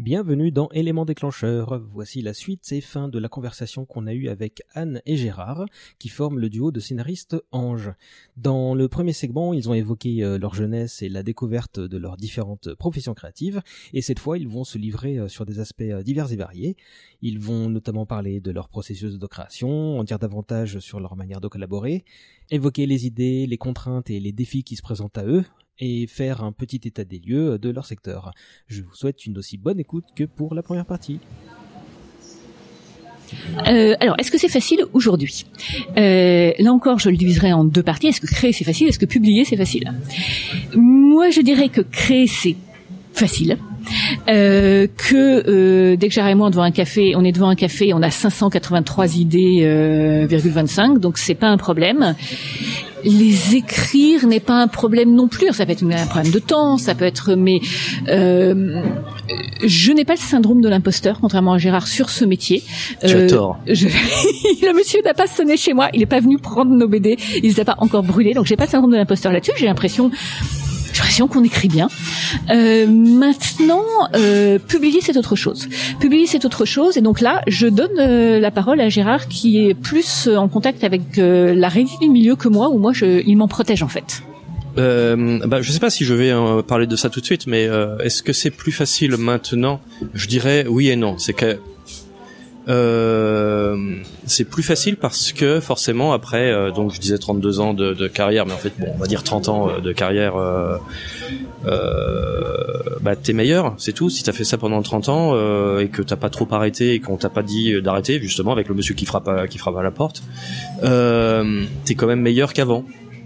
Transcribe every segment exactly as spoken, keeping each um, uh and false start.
Bienvenue dans Éléments déclencheurs. Voici la suite et fin de la conversation qu'on a eue avec Anne et Gérard, qui forment le duo de scénaristes Ange. Dans le premier segment, ils ont évoqué euh, leur jeunesse et la découverte de leurs différentes professions créatives, et cette fois, ils vont se livrer euh, sur des aspects euh, divers et variés. Ils vont notamment parler de leur processus de création, en dire davantage sur leur manière de collaborer, évoquer les idées, les contraintes et les défis qui se présentent à eux, et faire un petit état des lieux de leur secteur. Je vous souhaite une aussi bonne écoute que pour la première partie. Euh, alors, est-ce que c'est facile aujourd'hui ? euh, Là encore, je le diviserai en deux parties. Est-ce que créer, c'est facile ? Est-ce que publier, c'est facile ? Moi, je dirais que créer, c'est facile. Euh, que euh, dès que j'arrive moi devant un café, on est devant un café, on a cinq cent quatre-vingt-trois idées, euh, virgule vingt-cinq, donc c'est pas un problème. Les écrire n'est pas un problème non plus. Ça peut être un problème de temps, ça peut être, mais euh, je n'ai pas le syndrome de l'imposteur, contrairement à Gérard, sur ce métier. Tu as euh, tort. Je... Le monsieur n'a pas sonné chez moi, il n'est pas venu prendre nos B D, il les a pas encore brûlés, donc j'ai pas le syndrome de l'imposteur là-dessus. J'ai l'impression, j'ai l'impression qu'on écrit bien. Euh, maintenant, euh, publier c'est autre chose. Publier c'est autre chose, et donc là, je donne euh, la parole à Gérard, qui est plus euh, en contact avec euh, la réalité du milieu que moi, où moi, je, il m'en protège en fait. Euh, bah, je sais pas si je vais euh, parler de ça tout de suite, mais euh, est-ce que c'est plus facile maintenant ? Je dirais oui et non. C'est que euh, c'est plus facile parce que forcément après, euh, donc je disais trente-deux ans de, de carrière, mais en fait bon, on va dire trente ans euh, de carrière. Euh, euh, bah t'es meilleur, c'est tout. Si t'as fait ça pendant trente ans euh, et que t'as pas trop arrêté et qu'on t'a pas dit d'arrêter, justement avec le monsieur qui frappe à, qui frappe à la porte, euh, t'es quand même meilleur qu'avant.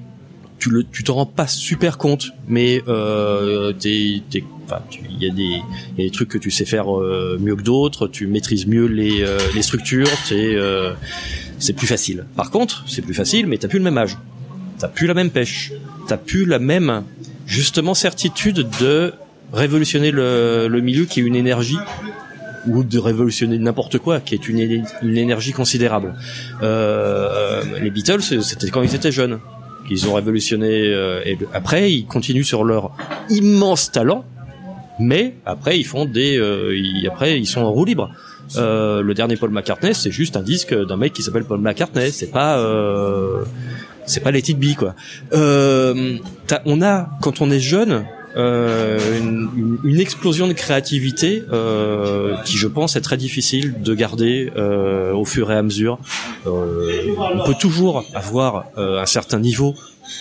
Tu le, tu te rends pas super compte, mais euh, t'es, t'es, enfin, il y a des, il y a des trucs que tu sais faire euh, mieux que d'autres. Tu maîtrises mieux les, euh, les structures. T'es, euh, c'est plus facile. Par contre, c'est plus facile, mais t'as plus le même âge. T'as plus la même pêche. T'as plus la même, justement, certitude de révolutionner le, le milieu, qui est une énergie, ou de révolutionner n'importe quoi, qui est une, une énergie considérable. Euh, les Beatles, c'était quand ils étaient jeunes. Ils ont révolutionné, euh, et après ils continuent sur leur immense talent, mais après ils font des, euh, ils, après ils sont en roue libre. Euh, le dernier Paul McCartney, c'est juste un disque d'un mec qui s'appelle Paul McCartney, c'est pas, euh, c'est pas Let It Be quoi. Euh, on a, quand on est jeune, euh, une, une explosion de créativité euh, qui, je pense, est très difficile de garder euh, au fur et à mesure. Euh, on peut toujours avoir euh, un certain niveau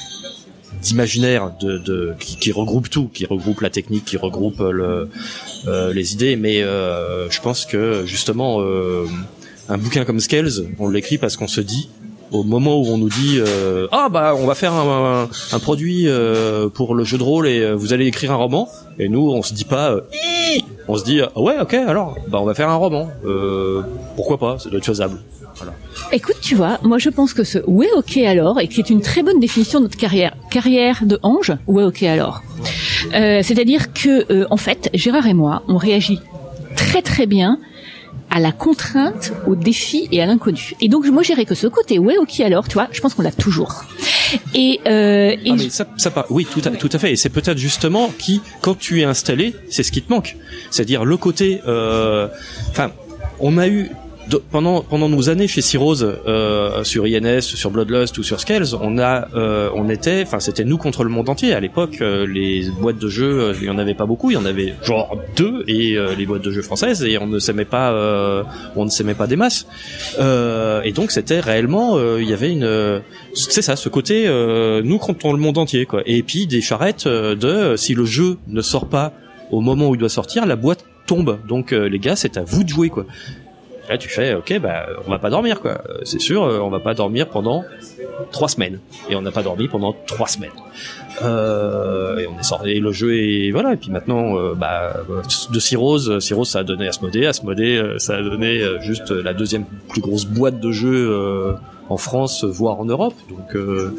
d'imaginaire de, de qui, qui regroupe tout, qui regroupe la technique, qui regroupe le, euh, les idées, mais euh, je pense que justement euh, un bouquin comme Scales, on l'écrit parce qu'on se dit, au moment où on nous dit euh, ah bah on va faire un, un, un produit euh, pour le jeu de rôle et euh, vous allez écrire un roman, et nous on se dit pas euh, on se dit ah ouais ok alors bah on va faire un roman, euh, pourquoi pas, ça doit être faisable. Voilà. Écoute, tu vois, moi je pense que ce ouais ok alors, et qui est une très bonne définition de notre carrière carrière de Ange, ouais ok alors, euh, c'est-à-dire que euh, en fait Gérard et moi on réagit très très bien à la contrainte, au défi et à l'inconnu. Et donc moi je dirais que ce côté ouais ok alors, tu vois, je pense qu'on l'a toujours. Et, euh, et ah, mais ça, ça oui tout à, tout à fait, et c'est peut-être justement qui, quand tu es installé, c'est ce qui te manque, c'est-à-dire le côté euh, enfin on a eu pendant pendant nos années chez Cirrhose, euh, sur I N S, sur Bloodlust ou sur Scales, on a euh, on était, enfin c'était nous contre le monde entier. À l'époque, euh, les boîtes de jeux, euh, il y en avait pas beaucoup, il y en avait genre deux, et euh, les boîtes de jeux françaises, et on ne s'aimait pas, euh, on ne s'aimait pas des masses. Euh, et donc c'était réellement, euh, il y avait une, euh, c'est ça, ce côté euh, nous contre le monde entier quoi. Et puis des charrettes euh, de si le jeu ne sort pas au moment où il doit sortir, la boîte tombe. Donc euh, les gars, c'est à vous de jouer quoi. Là, tu fais, ok, bah, on va pas dormir, quoi. C'est sûr, on va pas dormir pendant trois semaines. Et on n'a pas dormi pendant trois semaines. Euh, et on est sorti, et le jeu est, voilà. Et puis maintenant, euh, bah, de Cirrhose, Cirrhose, ça a donné Asmodée. Asmodée, ça a donné juste la deuxième plus grosse boîte de jeux euh, en France, voire en Europe. Donc, euh,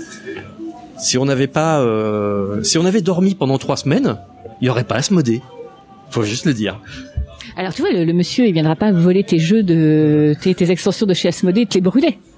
si on n'avait pas, euh, si on avait dormi pendant trois semaines, il y aurait pas Asmodée. Faut juste le dire. Alors tu vois, le, le monsieur, il viendra pas voler tes jeux de tes, tes extensions de chez Asmodée et te les brûler.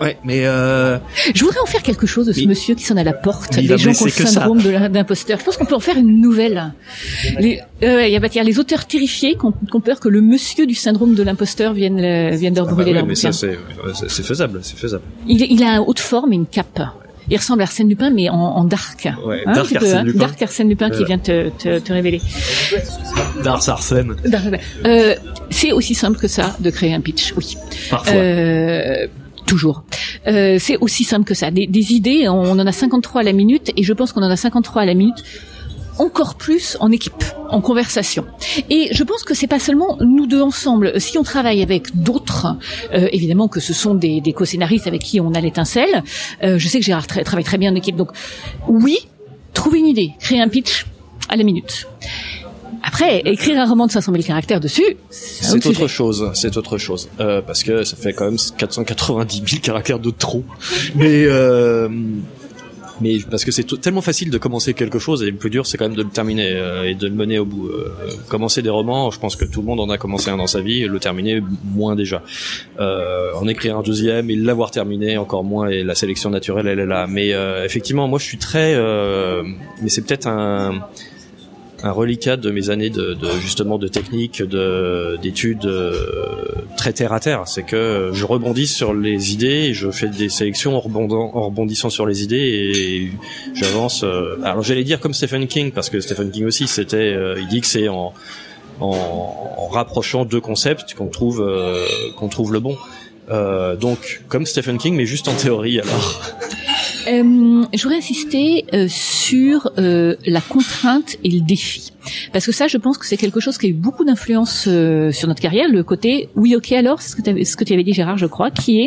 Ouais, mais euh... je voudrais en faire quelque chose de ce mais... monsieur qui sonne à la porte, des gens qui ont le syndrome de la, d'imposteur. Je pense qu'on peut en faire une nouvelle. Les, euh, il y a, bah, il y a les auteurs terrifiés qui ont, qui ont peur que le monsieur du syndrome de l'imposteur vienne, euh, vienne leur brûler ah bah leur oui, bouquin. Mais ça, c'est, c'est, c'est faisable, c'est faisable. Il, il a une haute forme et une cape. Il ressemble à Arsène Lupin, mais en, en dark. Ouais, hein, dark, Arsène hein, Lupin. dark Arsène Lupin qui vient te, te, te révéler. Dark Arsène. Euh, c'est aussi simple que ça de créer un pitch, oui. Parfois. Euh, toujours. Euh, c'est aussi simple que ça. Des, des idées, on en a cinquante-trois à la minute, et je pense qu'on en a cinquante-trois à la minute. Encore plus en équipe, en conversation. Et je pense que c'est pas seulement nous deux ensemble. Si on travaille avec d'autres, euh, évidemment que ce sont des, des co-scénaristes avec qui on a l'étincelle. Euh, je sais que Gérard tra- travaille très bien en équipe. Donc oui, trouver une idée, créer un pitch à la minute. Après, écrire un roman de cinq cent mille caractères dessus, c'est, c'est autre sujet. chose. C'est autre chose. Euh, parce que ça fait quand même quatre cent quatre-vingt-dix mille caractères de trop. Mais euh, mais parce que c'est t- tellement facile de commencer quelque chose et le plus dur c'est quand même de le terminer euh, et de le mener au bout. Euh, commencer des romans, je pense que tout le monde en a commencé un dans sa vie et le terminer moins déjà. Euh, en écrire un deuxième et l'avoir terminé encore moins et la sélection naturelle elle est là. Mais euh, effectivement moi je suis très euh, mais c'est peut-être un un reliquat de mes années de, de justement de technique, de d'études euh, très terre à terre. C'est que je rebondis sur les idées, et je fais des sélections en, rebondant, en rebondissant sur les idées et j'avance. Euh, alors j'allais dire comme Stephen King parce que Stephen King aussi c'était, euh, il dit que c'est en, en en rapprochant deux concepts qu'on trouve euh, qu'on trouve le bon. Euh, donc comme Stephen King mais juste en théorie alors. Euh, je voudrais insister euh, sur euh, la contrainte et le défi. Parce que ça, je pense que c'est quelque chose qui a eu beaucoup d'influence euh, sur notre carrière, le côté « oui, ok, alors », c'est ce que, t'avais, ce que tu avais dit, Gérard, je crois, qui est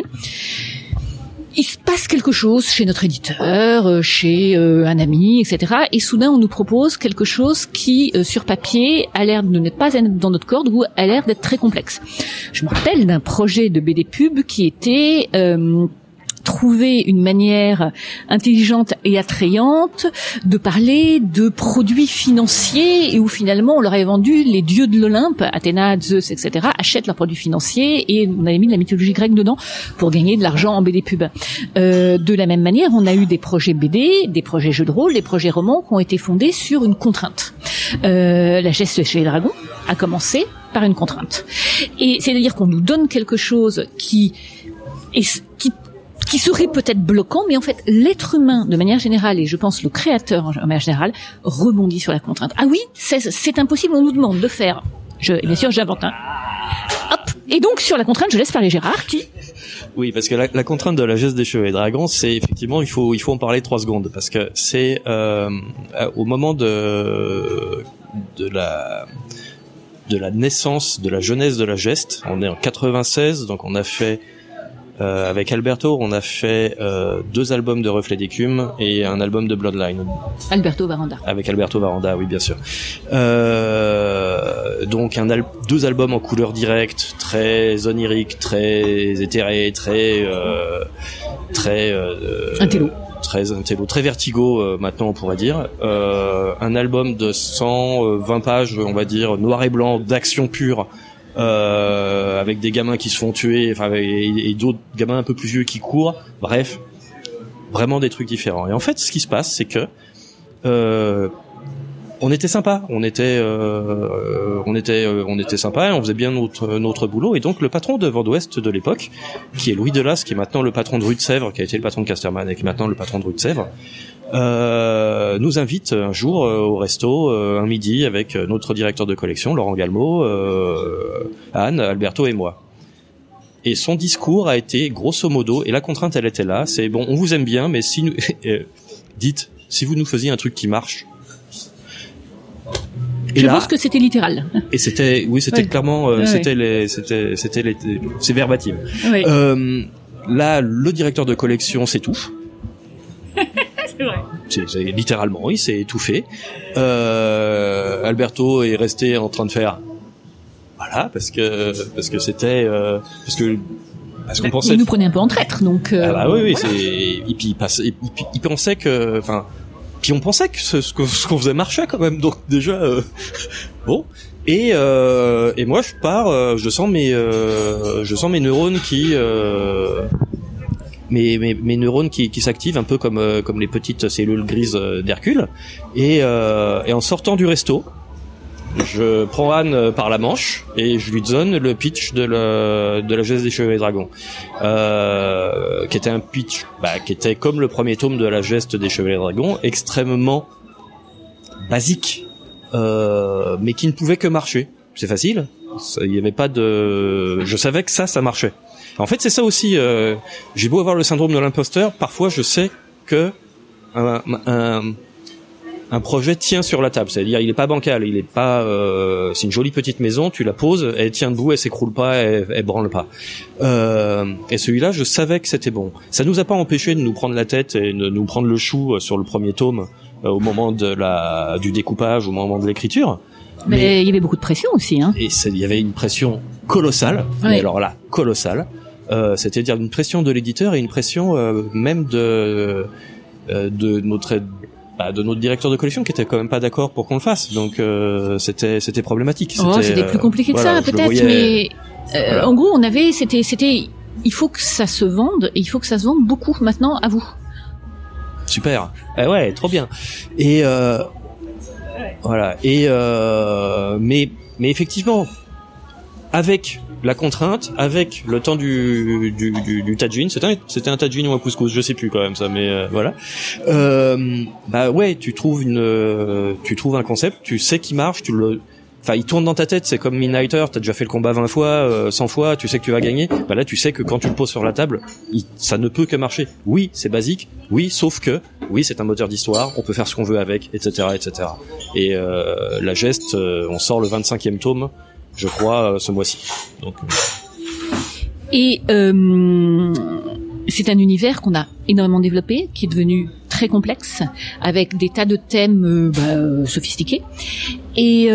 il se passe quelque chose chez notre éditeur, chez euh, un ami, et cetera. Et soudain, on nous propose quelque chose qui, euh, sur papier, a l'air de ne pas être dans notre corde ou a l'air d'être très complexe. Je me rappelle d'un projet de B D pub qui était... Euh, trouver une manière intelligente et attrayante de parler de produits financiers et où finalement on leur avait vendu les dieux de l'Olympe, Athéna, Zeus, et cetera, achètent leurs produits financiers et on avait mis de la mythologie grecque dedans pour gagner de l'argent en B D pub. Euh, de la même manière, on a eu des projets B D, des projets jeux de rôle, des projets romans qui ont été fondés sur une contrainte. Euh, la geste chez les dragons a commencé par une contrainte. Et c'est-à-dire qu'on nous donne quelque chose qui est, qui qui serait peut-être bloquant, mais en fait, l'être humain, de manière générale, et je pense le créateur en manière générale, rebondit sur la contrainte. Ah oui, c'est, c'est impossible, on nous demande de faire. Je, bien sûr, j'invente un. Hop. Et donc, sur la contrainte, je laisse parler Gérard, qui... Oui, parce que la, la contrainte de la geste des chevaliers dragons, c'est effectivement, il faut, il faut en parler trois secondes, parce que c'est, euh, au moment de, de la, de la naissance, de la jeunesse de la geste, on est en quatre-vingt-seize, donc on a fait, Euh, avec Alberto, on a fait euh, deux albums de Reflets d'écume et un album de Bloodline. Alberto Varanda. Avec Alberto Varanda, oui, bien sûr. Euh, donc un al- deux albums en couleur directe, très onirique, très éthéré, très euh, très euh, intello. Très intello, très vertigo. Euh, maintenant, on pourrait dire. Euh, un album de cent vingt pages, on va dire, noir et blanc, d'action pure. Euh, avec des gamins qui se font tuer, enfin, et, et d'autres gamins un peu plus vieux qui courent. Bref, vraiment des trucs différents. Et en fait, ce qui se passe, c'est que euh, on était sympa, on était, euh, on était, euh, on était sympa, et on faisait bien notre notre boulot. Et donc, le patron de Vent d'Ouest de l'époque, qui est Louis Delas, qui est maintenant le patron de Rue de Sèvres, qui a été le patron de Casterman et qui est maintenant le patron de Rue de Sèvres, Euh, nous invite un jour euh, au resto, euh, un midi, avec euh, notre directeur de collection, Laurent Galmo, euh, Anne, Alberto et moi. Et son discours a été, grosso modo, et la contrainte elle était là, c'est bon, on vous aime bien, mais si nous, euh, dites, si vous nous faisiez un truc qui marche. Et Je là, pense que c'était littéral. Et c'était, oui, c'était oui. clairement, euh, oui, c'était oui. les, c'était, c'était les, c'est verbatim. Oui. Euh, là, le directeur de collection s'étouffe. C'est vrai. C'est, c'est littéralement, il s'est étouffé. Euh, Alberto est resté en train de faire, voilà, parce que parce que c'était euh, parce que parce qu'on pensait. Il nous prenait un peu en traître, donc. Euh, ah bah oui, oui, voilà. c'est et puis il passe, et puis, il pensait que, enfin, puis on pensait que ce, ce, qu'on, ce qu'on faisait marchait quand même, donc déjà euh, bon. Et euh, et moi je pars, euh, je sens mes euh, je sens mes neurones qui euh, mes, mes, mes neurones qui, qui s'activent un peu comme, euh, comme les petites cellules grises d'Hercule. Et, euh, et en sortant du resto, je prends Anne par la manche et je lui donne le pitch de la, de la geste des Chevaliers Dragons, euh, qui était un pitch, bah, qui était comme le premier tome de la geste des Chevaliers Dragons, extrêmement basique, euh, mais qui ne pouvait que marcher. C'est facile. Il y avait pas de, je savais que ça, ça marchait. En fait, c'est ça aussi. Euh, j'ai beau avoir le syndrome de l'imposteur, parfois je sais que un, un un projet tient sur la table, c'est-à-dire il est pas bancal, il est pas euh, c'est une jolie petite maison, tu la poses, elle tient debout, elle s'écroule pas, elle, elle branle pas. Euh, et celui-là, je savais que c'était bon. Ça nous a pas empêché de nous prendre la tête et de nous prendre le chou sur le premier tome euh, au moment de la du découpage, au moment de l'écriture. Mais, mais il y avait beaucoup de pression aussi, hein. Et il y avait une pression colossale, oui. Mais alors là, colossale. Euh, c'est-à-dire une pression de l'éditeur et une pression euh, même de euh, de notre Bah, de notre directeur de collection qui était quand même pas d'accord pour qu'on le fasse, donc euh, c'était c'était problématique. C'était, oh, c'était plus compliqué que voilà, ça peut-être, voyais, mais euh, voilà. En gros on avait c'était c'était il faut que ça se vende et il faut que ça se vende beaucoup maintenant à vous. Super, eh ouais, trop bien. Et euh, voilà et euh, mais mais effectivement avec la contrainte, avec le temps du du du, du tadjin, c'était un, c'était un tadjin ou un couscous, je sais plus quand même ça, mais euh, voilà. Euh, bah ouais, tu trouves une, euh, tu trouves un concept, tu sais qu'il marche, tu le, enfin il tourne dans ta tête, c'est comme Midnighter, t'as déjà fait le combat vingt fois, euh, cent fois, tu sais que tu vas gagner. Bah là tu sais que quand tu le poses sur la table, il, ça ne peut que marcher. Oui, c'est basique, oui, sauf que, oui, c'est un moteur d'histoire, on peut faire ce qu'on veut avec, et cetera, et cetera. Et euh, la geste, euh, on sort le vingt-cinquième tome. Je crois, euh, ce mois-ci. Donc, euh... Et euh, c'est un univers qu'on a énormément développé, qui est devenu très complexe, avec des tas de thèmes euh, bah, sophistiqués, et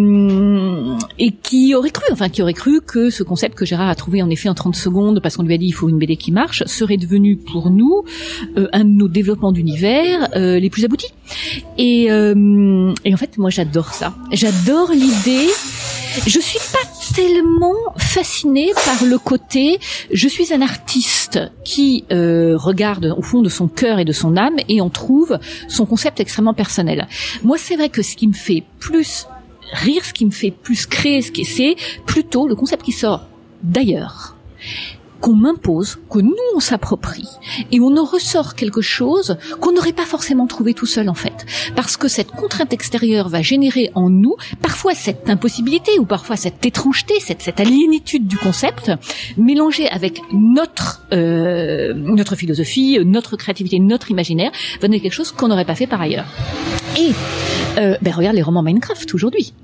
euh, et qui aurait cru, enfin qui aurait cru que ce concept que Gérard a trouvé en effet en trente secondes, parce qu'on lui a dit il faut une B D qui marche, serait devenu pour nous euh, un de nos développements d'univers euh, les plus aboutis. Et euh, et en fait, moi j'adore ça. J'adore l'idée. Je suis pas tellement fascinée par le côté je suis un artiste qui euh, regarde au fond de son cœur et de son âme et on trouve son concept extrêmement personnel. Moi, c'est vrai que ce qui me fait plus rire, ce qui me fait plus créer, ce qui c'est plutôt le concept qui sort d'ailleurs, qu'on m'impose, que nous on s'approprie, et on en ressort quelque chose qu'on n'aurait pas forcément trouvé tout seul en fait, parce que cette contrainte extérieure va générer en nous parfois cette impossibilité ou parfois cette étrangeté, cette, cette aliénitude du concept, mélangée avec notre euh, notre philosophie, notre créativité, notre imaginaire, va donner quelque chose qu'on n'aurait pas fait par ailleurs. Et euh, ben regarde les romans Minecraft aujourd'hui.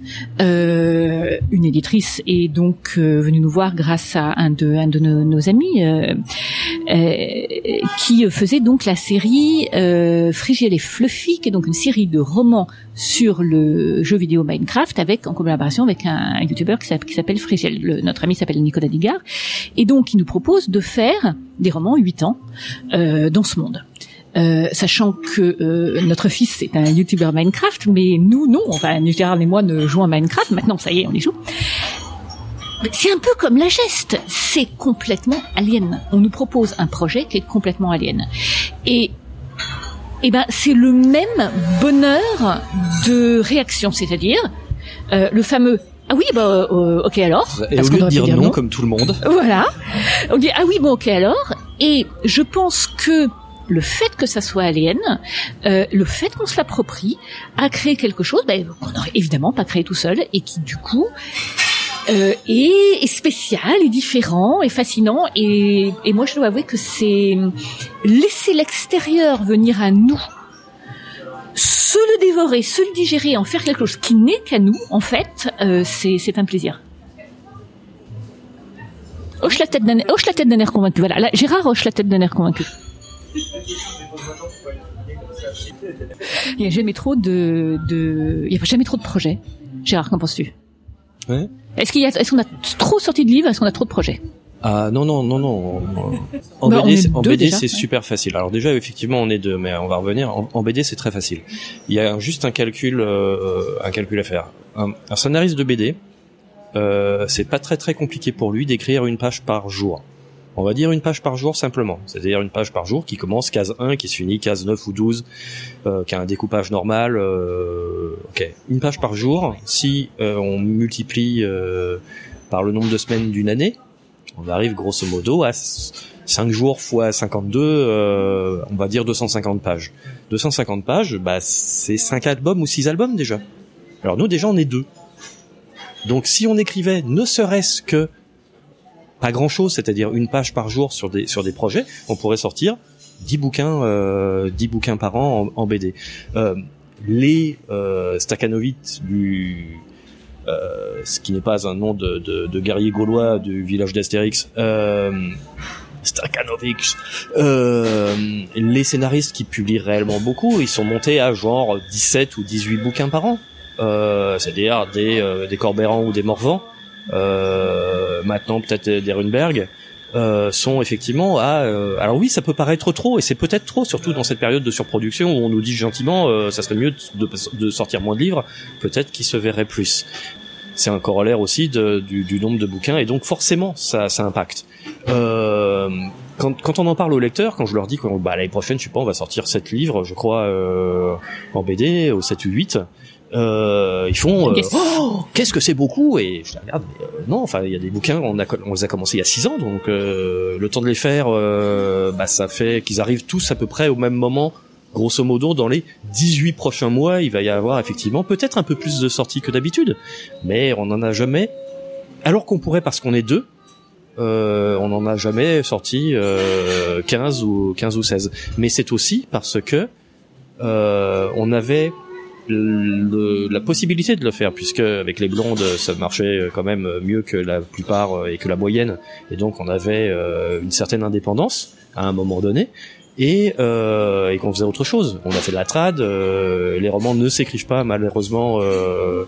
Euh, une éditrice est donc euh, venue nous voir grâce à un de un de nos, nos amis euh, euh, qui faisait donc la série euh, Frigiel et Fluffy, qui est donc une série de romans sur le jeu vidéo Minecraft, avec en collaboration avec un, un youtubeur qui s'appelle, qui s'appelle Frigiel. Le, notre ami s'appelle Nicolas Digard, et donc il nous propose de faire des romans huit ans euh, dans ce monde. Euh, sachant que euh, notre fils est un youtubeur Minecraft, mais nous non, enfin Gérard et moi ne jouons à Minecraft, maintenant ça y est on y joue. C'est un peu comme la geste, c'est complètement alien. On nous propose un projet qui est complètement alien. Et et ben c'est le même bonheur de réaction, c'est-à-dire euh, le fameux ah oui bah euh, ok alors. Et au lieu de dire, dire non, non comme tout le monde. Voilà. On dit ah oui bon ok alors. Et je pense que le fait que ça soit alien, euh, le fait qu'on se l'approprie, a créé quelque chose ben, qu'on n'aurait évidemment pas créé tout seul et qui du coup euh, est, est spécial, est différent, est fascinant. Et, et moi je dois avouer que c'est laisser l'extérieur venir à nous, se le dévorer, se le digérer, en faire quelque chose qui n'est qu'à nous, en fait, euh, c'est, c'est un plaisir. Hoche la tête d'un, hoche la tête d'un air convaincu. Voilà, là, Gérard hoche la tête d'un air convaincu. Il n'y a jamais trop de, de, il y a jamais trop de projets. Gérard, qu'en penses-tu? Ouais. Est-ce qu'il y a, est-ce qu'on a trop sorti de livres? Est-ce qu'on a trop de projets? Ah non non non non. En bah, B D, c'est, en B D déjà, c'est ouais. super facile. Alors déjà effectivement on est deux, mais on va revenir. En, en B D c'est très facile. Il y a juste un calcul, euh, un calcul à faire. Un, un scénariste de B D, euh, c'est pas très très compliqué pour lui d'écrire une page par jour. On va dire une page par jour simplement. C'est-à-dire une page par jour qui commence case un, qui se finit case neuf ou douze, euh, qui a un découpage normal. Euh, ok, une page par jour. Si euh, on multiplie euh, par le nombre de semaines d'une année, on arrive grosso modo à cinq jours fois cinquante-deux, euh, on va dire deux cent cinquante pages. deux cent cinquante pages, bah c'est cinq albums ou six albums déjà. Alors nous déjà on est deux. Donc si on écrivait ne serait-ce que pas grand-chose, c'est-à-dire une page par jour sur des sur des projets, on pourrait sortir dix bouquins euh, dix bouquins par an en, en B D. Euh, les euh, Stakhanovites du euh, ce qui n'est pas un nom de, de, de guerrier gaulois du village d'Astérix, euh, Stakhanovics, euh, les scénaristes qui publient réellement beaucoup, ils sont montés à genre dix-sept ou dix-huit bouquins par an, euh, c'est-à-dire des euh, des Corberan ou des Morvan. Euh, maintenant peut-être des Runberg, euh, sont effectivement à euh, alors oui ça peut paraître trop et c'est peut-être trop surtout dans cette période de surproduction où on nous dit gentiment euh, ça serait mieux de, de sortir moins de livres, peut-être qu'ils se verraient plus. C'est un corollaire aussi de, du, du nombre de bouquins et donc forcément ça, ça impacte. Euh, quand, quand on en parle aux lecteurs, quand je leur dis que bah, l'année prochaine je sais pas on va sortir sept livres je crois euh, en B D au sept ou huit, Euh, ils font euh, oh, qu'est-ce que c'est beaucoup et je les regarde mais, euh, non enfin il y a des bouquins on a on les a commencés il y a six ans donc euh, le temps de les faire euh, bah ça fait qu'ils arrivent tous à peu près au même moment grosso modo dans les dix-huit prochains mois il va y avoir effectivement peut-être un peu plus de sorties que d'habitude mais on en a jamais alors qu'on pourrait parce qu'on est deux euh, on en a jamais sorti euh, quinze ou quinze ou seize mais c'est aussi parce que euh, on avait Le, la possibilité de le faire puisque avec les blondes ça marchait quand même mieux que la plupart et que la moyenne et donc on avait euh, une certaine indépendance à un moment donné et, euh, et qu'on faisait autre chose. On a fait de la trad, euh, les romans ne s'écrivent pas malheureusement euh,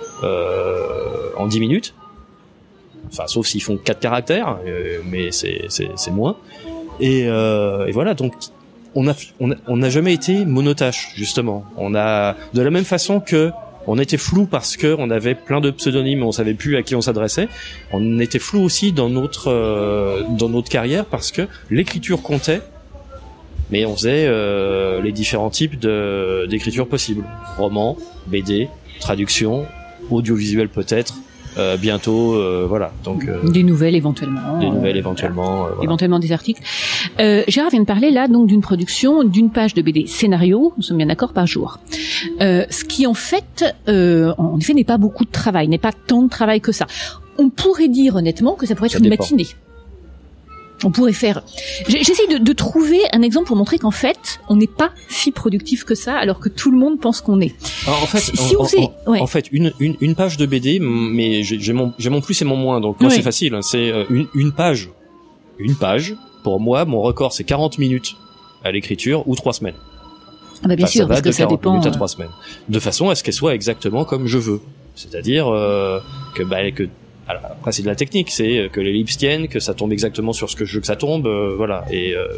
euh, en dix minutes, enfin sauf s'ils font quatre caractères, euh, mais c'est, c'est, c'est moins et, euh, et voilà donc On a, on a, on n'a jamais été monotache, justement. On a, de la même façon que on était flou parce que on avait plein de pseudonymes, on savait plus à qui on s'adressait. On était flou aussi dans notre, euh, dans notre carrière parce que l'écriture comptait, mais on faisait euh, les différents types de, d'écriture possibles. Roman, B D, traduction, audiovisuel peut-être. Euh, bientôt, euh, voilà. Donc euh, des nouvelles éventuellement. Des nouvelles éventuellement. Euh, voilà. Éventuellement des articles. Euh, Gérard vient de parler là donc d'une production d'une page de B D scénario. Nous sommes bien d'accord par jour. Euh, ce qui en fait, euh, en effet, n'est pas beaucoup de travail, n'est pas tant de travail que ça. On pourrait dire honnêtement que ça pourrait être ça une dépend. matinée. On pourrait faire. J'essaie de, de trouver un exemple pour montrer qu'en fait, on n'est pas si productif que ça, alors que tout le monde pense qu'on est. Alors en fait, si, si on, on faisait, en, ouais. en fait, une, une, une page de B D, mais j'ai, j'ai mon, j'ai mon plus et mon moins, donc moi ouais. c'est facile. C'est une, une page, une page. Pour moi, mon record c'est quarante minutes à l'écriture ou trois semaines. Ah bah bien enfin, sûr, ça parce va que de ça quarante dépend. minutes à trois semaines, de façon à ce qu'elle soit exactement comme je veux. C'est-à-dire euh, que bah que alors, après c'est de la technique, c'est que l'ellipse tienne, que ça tombe exactement sur ce que je veux que ça tombe, euh, voilà. Et euh...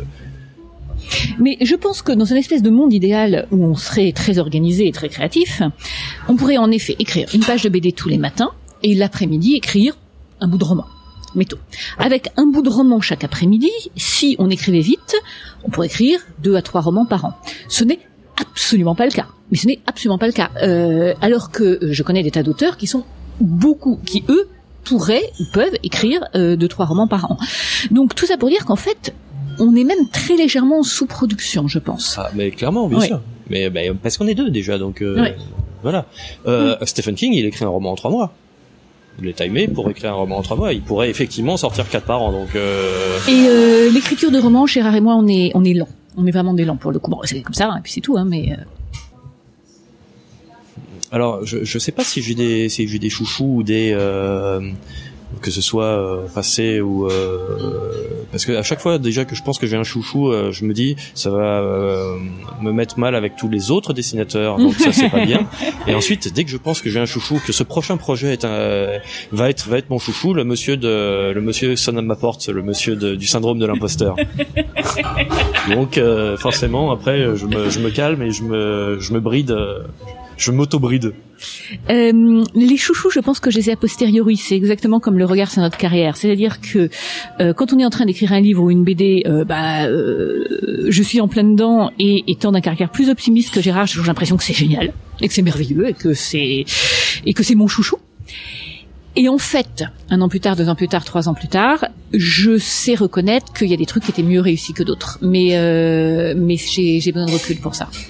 mais je pense que dans une espèce de monde idéal où on serait très organisé et très créatif, on pourrait en effet écrire une page de B D tous les matins et l'après-midi écrire un bout de roman. Mettons, avec un bout de roman chaque après-midi, si on écrivait vite, on pourrait écrire deux à trois romans par an. Ce n'est absolument pas le cas. Mais ce n'est absolument pas le cas. Euh, alors que je connais des tas d'auteurs qui sont beaucoup, qui eux pourraient ou peuvent écrire euh, deux trois romans par an. Donc tout ça pour dire qu'en fait, on est même très légèrement en sous-production, je pense. Ah, mais clairement, bien ouais. sûr. Mais bah, parce qu'on est deux déjà, donc euh, ouais. voilà. Euh, mmh. Stephen King, il écrit un roman en trois mois. Il est timé pour écrire un roman en trois mois. Il pourrait effectivement sortir quatre par an. Donc. Euh... Et euh, l'écriture de romans, Gérard et moi, on est on est lent. On est vraiment des lents pour le coup. Bon, c'est comme ça, et hein, puis c'est tout, hein, mais. Euh... Alors, je je sais pas si j'ai des si j'ai des chouchous ou des euh, que ce soit euh, passé ou euh, parce que à chaque fois déjà que je pense que j'ai un chouchou, euh, je me dis ça va euh, me mettre mal avec tous les autres dessinateurs, donc ça c'est pas bien. Et ensuite, dès que je pense que j'ai un chouchou, que ce prochain projet est un, va être va être mon chouchou, le monsieur de le monsieur sonne à ma porte, le monsieur de, du syndrome de l'imposteur. Donc euh, forcément après je me je me calme et je me je me bride. Euh, je m'auto-bride. Euh, les chouchous, je pense que je les ai a posteriori. C'est exactement comme le regard sur notre carrière. C'est-à-dire que euh, quand on est en train d'écrire un livre ou une B D, euh, bah, euh, je suis en plein dedans et étant d'un caractère plus optimiste que Gérard, j'ai toujours l'impression que c'est génial et que c'est merveilleux et que c'est et que c'est mon chouchou. Et en fait, un an plus tard, deux ans plus tard, trois ans plus tard, je sais reconnaître qu'il y a des trucs qui étaient mieux réussis que d'autres. Mais euh, mais j'ai, j'ai besoin de recul pour ça.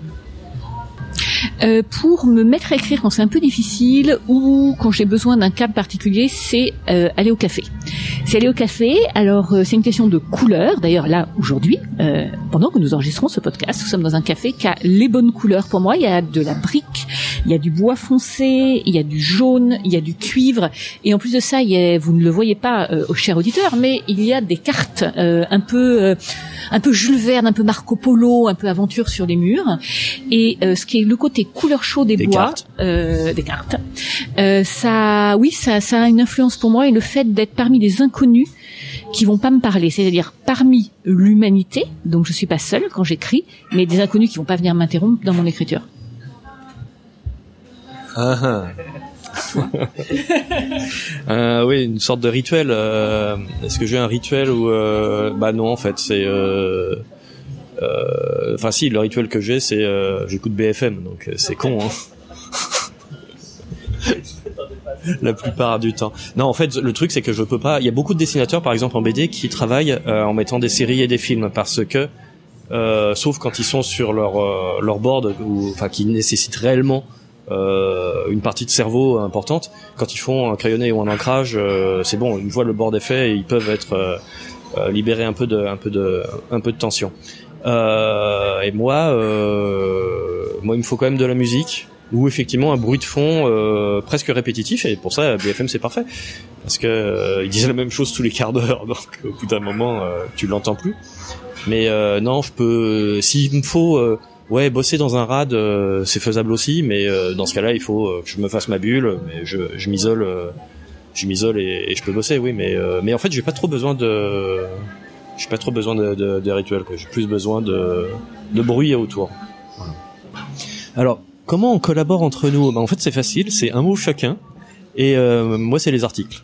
Euh, pour me mettre à écrire quand c'est un peu difficile ou quand j'ai besoin d'un cadre particulier, c'est euh, aller au café. C'est aller au café. Alors euh, c'est une question de couleur. D'ailleurs là aujourd'hui, euh, pendant que nous enregistrons ce podcast, nous sommes dans un café qui a les bonnes couleurs pour moi. Il y a de la brique, il y a du bois foncé, il y a du jaune, il y a du cuivre. Et en plus de ça, il y a, vous ne le voyez pas, euh, au cher auditeur, mais il y a des cartes euh, un peu, euh, un peu Jules Verne, un peu Marco Polo, un peu aventure sur les murs. Et euh, ce qui est le côté couleur chaude des, des bois, cartes. Euh, des cartes. Euh, ça, oui, ça, ça a une influence pour moi et le fait d'être parmi des inconnus qui vont pas me parler, c'est-à-dire parmi l'humanité, donc je suis pas seule quand j'écris, mais des inconnus qui vont pas venir m'interrompre dans mon écriture. Ah. euh, oui, une sorte de rituel. Euh, est-ce que j'ai un rituel ou euh, bah non en fait c'est. Euh... Enfin euh, si, le rituel que j'ai, c'est euh, j'écoute B F M, donc euh, c'est con, hein. La plupart du temps. Non, en fait, le truc, c'est que je peux pas. Il y a beaucoup de dessinateurs, par exemple en B D, qui travaillent euh, en mettant des séries et des films, parce que, euh, sauf quand ils sont sur leur euh, leur board, ou enfin qui nécessitent réellement euh, une partie de cerveau importante. Quand ils font un crayonné ou un ancrage, euh, c'est bon. Une fois le board est fait, et ils peuvent être euh, euh, libérer un peu de un peu de un peu de tension. Euh, et moi, euh, moi, il me faut quand même de la musique ou effectivement un bruit de fond euh, presque répétitif. Et pour ça, B F M c'est parfait parce que euh, ils disent la même chose tous les quarts d'heure, donc au bout d'un moment, euh, tu l'entends plus. Mais euh, non, je peux. S'il me faut, euh, ouais, bosser dans un rad, euh, c'est faisable aussi. Mais euh, dans ce cas-là, il faut euh, que je me fasse ma bulle. Mais je, je m'isole, euh, je m'isole et, et je peux bosser, oui. Mais euh, mais en fait, j'ai pas trop besoin de. J'ai pas trop besoin de, de, de rituels, quoi. J'ai plus besoin de, de bruit autour. Voilà. Alors, comment on collabore entre nous ? Ben, en fait, c'est facile, c'est un mot chacun. Et euh, moi, c'est les articles.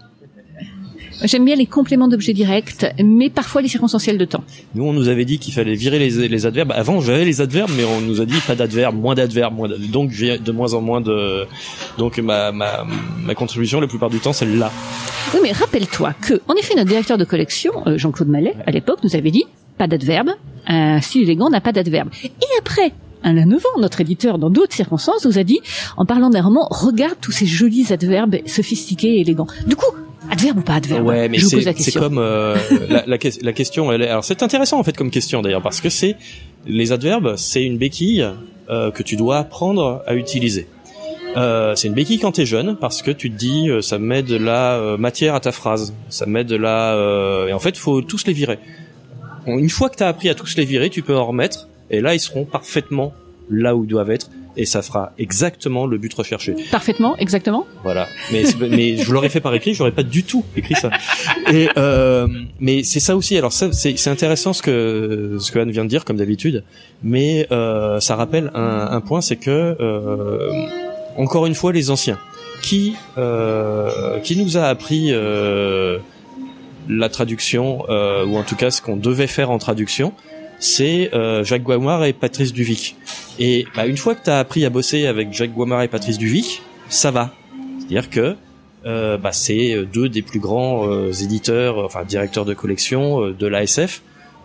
J'aime bien les compléments d'objets directs, mais parfois les circonstanciels de temps. Nous, on nous avait dit qu'il fallait virer les, les adverbes. Avant, j'avais les adverbes, mais on nous a dit pas d'adverbes, moins d'adverbes, moins d'adverbes. Donc, j'ai de moins en moins de. Donc, ma ma ma contribution, la plupart du temps, c'est là. Oui, mais rappelle-toi que, en effet, notre directeur de collection, Jean-Claude Mallet, à l'époque, nous avait dit pas d'adverbe. Un style élégant n'a pas d'adverbe. Et après, Alain Nevant, notre éditeur, dans d'autres circonstances, nous a dit, en parlant d'un roman, regarde tous ces jolis adverbes sophistiqués et élégants. Du coup, adverbe ou pas adverbe ? Ouais, mais c'est, c'est comme euh, la, la, la question. Elle est, alors c'est intéressant en fait comme question d'ailleurs parce que c'est les adverbes, c'est une béquille euh, que tu dois apprendre à utiliser. Euh, c'est une béquille quand t'es jeune parce que tu te dis euh, ça met de la euh, matière à ta phrase, ça met de la euh, et en fait faut tous les virer. Une fois que t'as appris à tous les virer, tu peux en remettre et là ils seront parfaitement là où ils doivent être. Et ça fera exactement le but recherché. Parfaitement, exactement. Voilà. Mais mais je l'aurais fait par écrit, j'aurais pas du tout écrit ça. Et euh, mais c'est ça aussi. Alors ça, c'est c'est intéressant ce que ce que Anne vient de dire comme d'habitude. Mais euh, ça rappelle un, un point, c'est que euh, encore une fois les anciens qui euh, qui nous a appris euh, la traduction euh, ou en tout cas ce qu'on devait faire en traduction. C'est euh, Jacques Guaumard et Patrice Duvic. Et bah, une fois que t'as appris à bosser avec Jacques Guaumard et Patrice Duvic, ça va. C'est-à-dire que euh, bah, c'est deux des plus grands euh, éditeurs, enfin directeurs de collection euh, de l'A S F.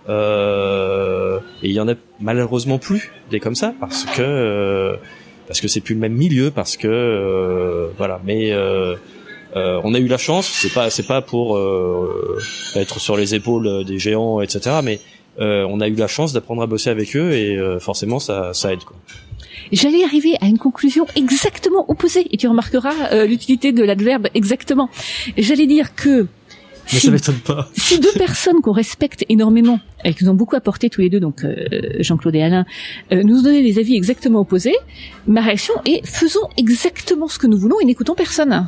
Euh, et il y en a malheureusement plus des comme ça parce que euh, parce que c'est plus le même milieu, parce que euh, voilà. Mais euh, euh, on a eu la chance. C'est pas c'est pas pour euh, être sur les épaules des géants, et cetera. Mais Euh, on a eu la chance d'apprendre à bosser avec eux et euh, forcément ça, ça aide quoi. J'allais arriver à une conclusion exactement opposée et tu remarqueras euh, l'utilité de l'adverbe exactement. J'allais dire que mais si, ça m'étonne pas. Si deux personnes qu'on respecte énormément et qui nous ont beaucoup apporté tous les deux, donc euh, Jean-Claude et Alain, euh, nous donnaient des avis exactement opposés, ma réaction est faisons exactement ce que nous voulons et n'écoutons personne.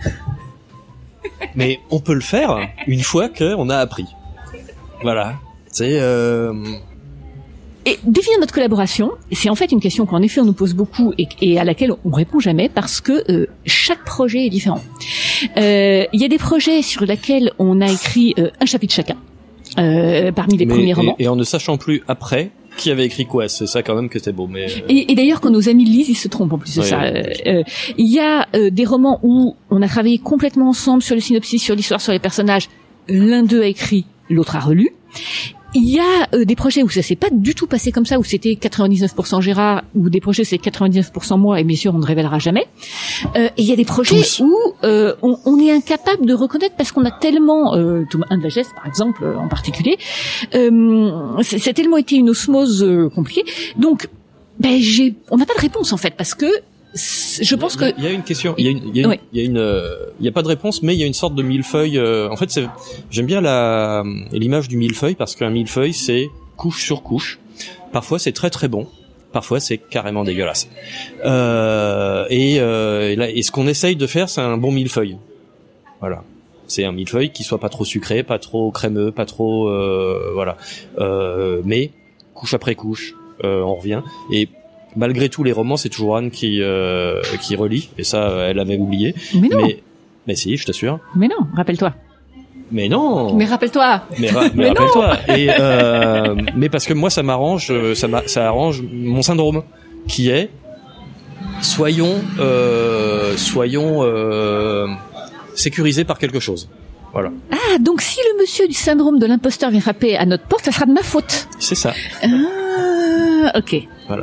Mais on peut le faire une fois qu'on a appris. Voilà. C'est euh, et définir notre collaboration, c'est en fait une question qu'en effet on nous pose beaucoup et, et à laquelle on répond jamais parce que euh, chaque projet est différent. Euh, il y a des projets sur lesquels on a écrit euh, un chapitre chacun euh, parmi les mais, premiers et, romans. Et en ne sachant plus après qui avait écrit quoi, c'est ça quand même que c'était beau. Mais et, et d'ailleurs quand nos amis lisent, ils se trompent en plus de ouais, ça. ouais. Euh, il y a euh, des romans où on a travaillé complètement ensemble sur le synopsis, sur l'histoire, sur les personnages. L'un d'eux a écrit, l'autre a relu. Il y a euh, des projets où ça s'est pas du tout passé comme ça, où c'était quatre-vingt-dix-neuf pour cent Gérard, ou des projets où c'est quatre-vingt-dix-neuf pour cent moi, et bien sûr on ne révélera jamais. Euh, et il y a des projets Tous. où euh, on, on est incapable de reconnaître parce qu'on a tellement, euh, un de la geste par exemple en particulier, euh, c'est, c'est tellement été une osmose euh, compliquée. Donc, ben j'ai, on n'a pas de réponse en fait parce que je pense que il y a une question, il y a une, il y a une, oui. il y a une, il y a pas de réponse, mais il y a une sorte de millefeuille. Euh, en fait, c'est, j'aime bien la l'image du millefeuille parce qu'un millefeuille c'est couche sur couche. Parfois c'est très très bon, parfois c'est carrément dégueulasse. Euh, et, euh, et, là, et ce qu'on essaye de faire, c'est un bon millefeuille. Voilà. C'est un millefeuille qui soit pas trop sucré, pas trop crémeux, pas trop, euh, voilà. Euh, mais couche après couche, euh, on revient et malgré tout, les romans, c'est toujours Anne qui euh, qui relit, et ça, elle avait oublié. Mais non. Mais, mais si, je t'assure. Mais non, rappelle-toi. Mais non. Mais rappelle-toi. Mais, ra- mais, mais rappelle-toi. Et euh, mais parce que moi, ça m'arrange, ça, m'a, ça arrange mon syndrome, qui est soyons euh, soyons euh, sécurisés par quelque chose. Voilà. Ah, donc si le monsieur du syndrome de l'imposteur vient frapper à notre porte, ça sera de ma faute. C'est ça. Ah, ok. Voilà.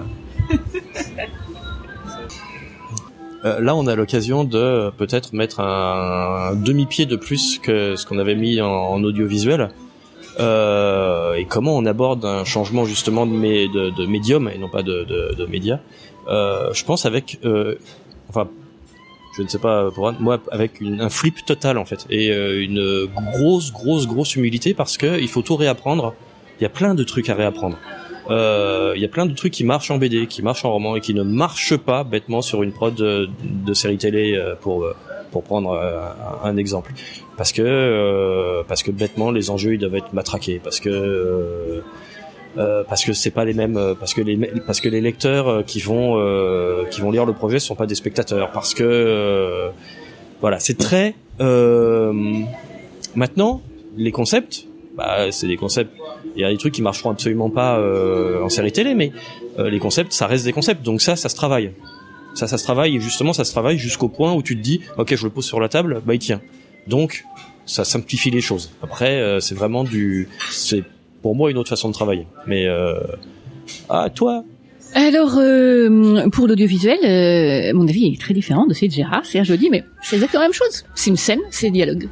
Euh, là, on a l'occasion de peut-être mettre un, un demi-pied de plus que ce qu'on avait mis en, en audiovisuel. Euh, et comment on aborde un changement justement de, mé, de, de médium et non pas de, de, de média. Euh, je pense avec, euh, enfin, je ne sais pas pour Anne, moi avec une, un flip total en fait et euh, une grosse, grosse, grosse humilité parce que il faut tout réapprendre. Il y a plein de trucs à réapprendre. Il euh, y a plein de trucs qui marchent en B D, qui marchent en roman et qui ne marchent pas bêtement sur une prod de, de série télé pour pour prendre un, un exemple. Parce que euh, parce que bêtement les enjeux ils doivent être matraqués, parce que euh, euh, parce que c'est pas les mêmes, parce que les parce que les lecteurs qui vont euh, qui vont lire le projet sont pas des spectateurs, parce que euh, voilà, c'est très euh, maintenant les concepts, bah c'est des concepts. Il y a des trucs qui marcheront absolument pas euh, en série télé, mais euh, les concepts, ça reste des concepts. Donc ça, ça se travaille. Ça, ça se travaille. Et justement, ça se travaille jusqu'au point où tu te dis, ok, je le pose sur la table, bah il tient. Donc, ça simplifie les choses. Après, euh, c'est vraiment du, c'est pour moi une autre façon de travailler. Mais euh... ah, toi. Alors, euh, pour l'audiovisuel, euh, mon avis est très différent de celui de Gérard. C'est-à-dire, je le dis, mais c'est exactement la même chose. C'est une scène, c'est des dialogues.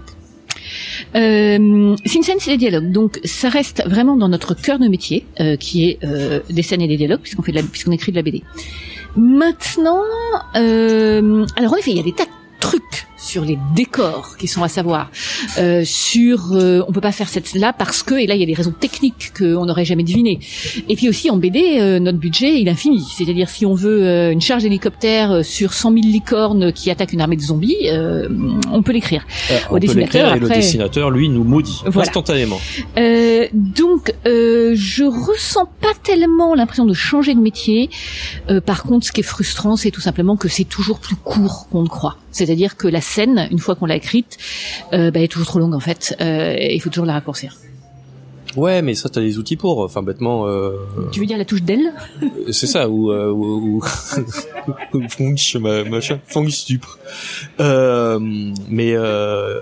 Euh, c'est une scène, c'est des dialogues. Donc, ça reste vraiment dans notre cœur de métier, euh, qui est euh, des scènes et des dialogues, puisqu'on fait de la, puisqu'on écrit de la B D. Maintenant, euh, alors en effet, il y a des tas de trucs sur les décors qui sont à savoir, euh, sur euh, on peut pas faire cette là parce que, et là il y a des raisons techniques qu'on n'aurait jamais devinées. Et puis aussi en B D, euh, notre budget il est infini, c'est-à-dire si on veut euh, une charge d'hélicoptère sur cent mille licornes qui attaquent une armée de zombies, euh, on peut l'écrire. Euh, on Au peut dessinateur, l'écrire et après, le dessinateur lui nous maudit voilà. Instantanément. Euh, donc euh, je ressens pas tellement l'impression de changer de métier. Euh, par contre, ce qui est frustrant, c'est tout simplement que c'est toujours plus court qu'on ne croit. C'est-à-dire que la scène, une fois qu'on l'a écrite, euh, bah, elle est toujours trop longue en fait. Euh, il faut toujours la raccourcir. Ouais, mais ça, t'as des outils pour. Enfin, bêtement. Euh... Tu veux dire la touche d'aile? C'est ça, ou euh, ou, ou... Funch, machin, Funch stupre. Euh, mais euh...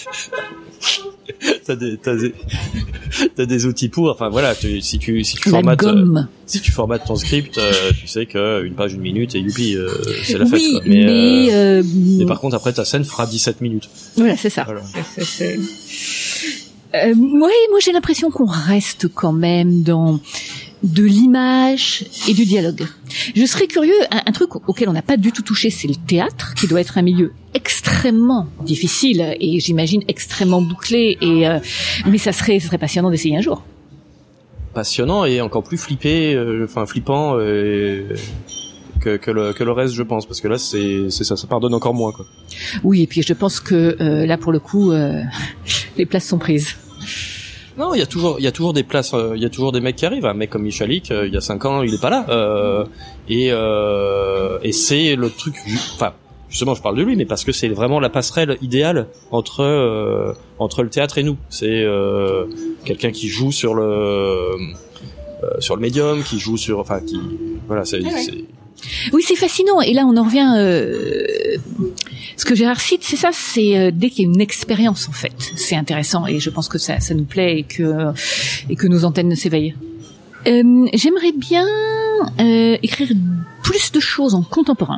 t'as des t'as des t'as des outils pour. Enfin voilà, tu, si tu si tu la formates gomme. Euh, si tu formates ton script, euh, tu sais que une page une minute et youpi, euh, c'est la fête. Oui, quoi. Mais, mais, euh, euh... mais par contre après ta scène fera dix-sept minutes. Voilà, c'est ça. Voilà. C'est, c'est... Euh, moi, moi j'ai l'impression qu'on reste quand même dans de l'image et du dialogue. Je serais curieux, un, un truc auquel on n'a pas du tout touché, c'est le théâtre, qui doit être un milieu extrêmement difficile et j'imagine extrêmement bouclé. Et euh, mais ça serait, ça serait passionnant d'essayer un jour. Passionnant et encore plus flippé, euh, enfin flippant euh, que, que le que le reste, je pense, parce que là c'est c'est ça, ça pardonne encore moins quoi. Oui, et puis je pense que euh, là pour le coup, euh, les places sont prises. Non, il y a toujours, il y a toujours des places, il euh, y a toujours des mecs qui arrivent. Un mec comme Michalik, euh, il y a cinq ans, il est pas là. Euh, et euh, et c'est le truc. Enfin, justement, je parle de lui, mais parce que c'est vraiment la passerelle idéale entre euh, entre le théâtre et nous. C'est euh, quelqu'un qui joue sur le euh, sur le médium, qui joue sur, enfin, qui voilà, c'est. Ah ouais. c'est... Oui, c'est fascinant. Et là, on en revient. Euh, ce que Gérard cite, c'est ça. C'est euh, dès qu'il y a une expérience, en fait, c'est intéressant. Et je pense que ça, ça nous plaît et que et que nos antennes s'éveillent. Euh, j'aimerais bien euh, écrire plus de choses en contemporain.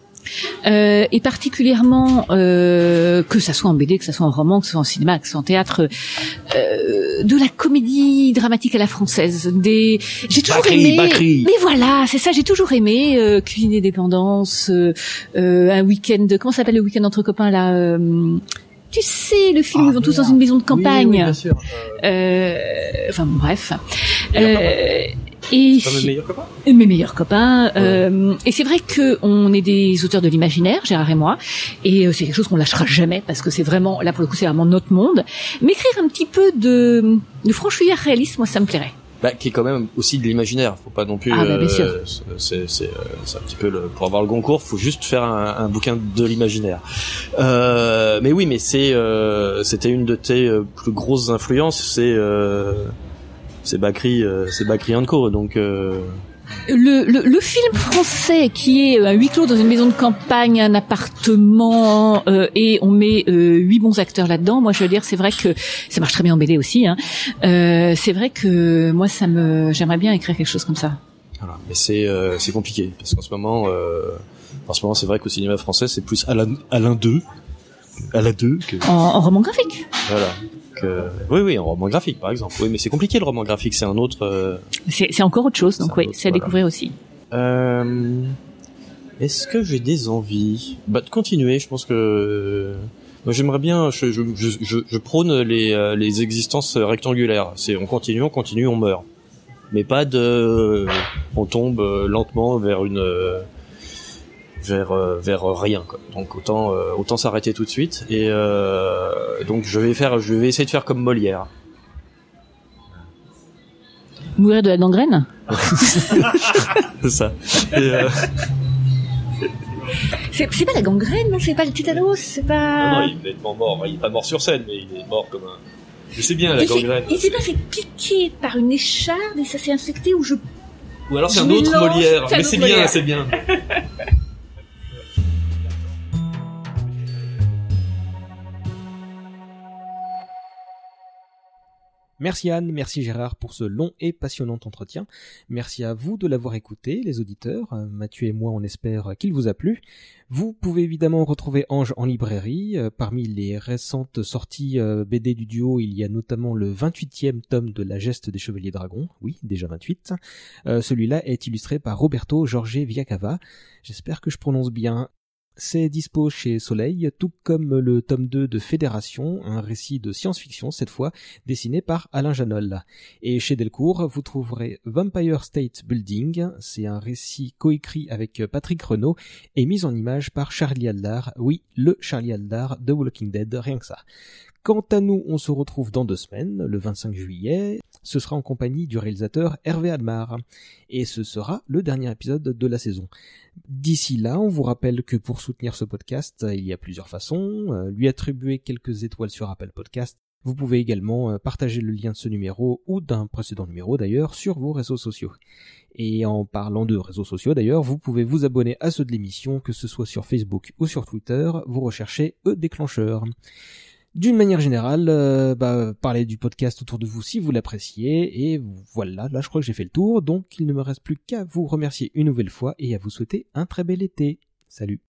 Euh, et particulièrement euh, que ça soit en B D, que ça soit en roman, que ça soit en cinéma, que ça soit en théâtre, euh, de la comédie dramatique à la française. Des, j'ai toujours Bacri, aimé. Bacri. Mais voilà, c'est ça. J'ai toujours aimé euh, Cuisine et Dépendance, euh, euh, un week-end. Comment ça s'appelle le week-end entre copains là euh, Tu sais, le film Ah, où ils vont tous dans une maison de campagne. Oui, oui, bien sûr. Euh, enfin bon, bref. Euh, et Pas mes meilleurs copains. mes meilleurs copains. Euh, et c'est vrai que on est des auteurs de l'imaginaire, Gérard et moi, et euh, c'est quelque chose qu'on lâchera jamais parce que c'est vraiment, là pour le coup, c'est vraiment notre monde. Mais écrire un petit peu de, de franchouillard réaliste, moi, ça me plairait. Bah, qui est quand même aussi de l'imaginaire. Faut pas non plus. Ah, bah, bien sûr. Euh, c'est, c'est, c'est un petit peu le, pour avoir le Goncourt, faut juste faire un, un bouquin de l'imaginaire. Euh, mais oui, mais c'est, euh, c'était une de tes plus grosses influences. C'est, euh, c'est Bacri, euh, c'est Bacri and Co. Donc. Euh... Le, le, le film français qui est un huis clos dans une maison de campagne, un appartement, euh, et on met euh, huit bons acteurs là-dedans. Moi, je veux dire, c'est vrai que ça marche très bien en B D aussi. Hein. Euh, c'est vrai que moi, ça me, j'aimerais bien écrire quelque chose comme ça. Voilà, mais c'est euh, c'est compliqué parce qu'en ce moment, euh, en ce moment, c'est vrai qu'au cinéma français, c'est plus Alain Alain deux, Alain deux que. En, en roman graphique. Voilà. Que... Oui, oui, en roman graphique, par exemple. Oui, mais c'est compliqué le roman graphique, c'est un autre. Euh... C'est, c'est encore autre chose, donc c'est oui, autre, c'est à voilà. découvrir aussi. Euh... Est-ce que j'ai des envies? Bah, de continuer. Je pense que moi, j'aimerais bien. Je, je, je, je, je prône les euh, les existences rectangulaires. C'est on continue, on continue, on meurt. Mais pas de. On tombe lentement vers une. vers euh, vers rien quoi. Donc autant euh, autant s'arrêter tout de suite et euh, donc je vais faire je vais essayer de faire comme Molière. Mourir de la gangrène. C'est ça. Et, euh... C'est, c'est pas la gangrène, non, c'est pas le tétanos, c'est pas. Non, non, il est complètement mort. Il est pas mort sur scène, mais il est mort comme un. Je sais bien la il gangrène. S'est, il s'est pas fait piquer par une écharde et ça s'est infecté ou je. Ou alors c'est je un autre mélange, Molière. c'est un Mais autre c'est bien, Molière. c'est bien. Merci Anne, merci Gérard pour ce long et passionnant entretien. Merci à vous de l'avoir écouté, les auditeurs. Mathieu et moi, on espère qu'il vous a plu. Vous pouvez évidemment retrouver Ange en librairie. Parmi les récentes sorties B D du duo, il y a notamment le vingt-huitième tome de La Geste des Chevaliers Dragons. Oui, déjà vingt-huit. Euh, celui-là est illustré par Roberto Jorge Villacava. J'espère que je prononce bien. C'est dispo chez Soleil, tout comme le tome deux de Fédération, un récit de science-fiction cette fois, dessiné par Alain Janol. Et chez Delcourt, vous trouverez Vampire State Building, c'est un récit coécrit avec Patrick Renaud et mis en image par Charlie Adler, oui, le Charlie Adler de Walking Dead, rien que ça. Quant à nous, on se retrouve dans deux semaines, le vingt-cinq juillet, ce sera en compagnie du réalisateur Hervé Admar, et ce sera le dernier épisode de la saison. D'ici là, on vous rappelle que pour soutenir ce podcast, il y a plusieurs façons, euh, lui attribuer quelques étoiles sur Apple Podcast. Vous pouvez également euh, partager le lien de ce numéro ou d'un précédent numéro d'ailleurs sur vos réseaux sociaux. Et en parlant de réseaux sociaux d'ailleurs, vous pouvez vous abonner à ceux de l'émission, que ce soit sur Facebook ou sur Twitter, vous recherchez E-Déclencheur. D'une manière générale, euh, bah, parlez du podcast autour de vous si vous l'appréciez, et voilà, là je crois que j'ai fait le tour, donc il ne me reste plus qu'à vous remercier une nouvelle fois et à vous souhaiter un très bel été. Salut!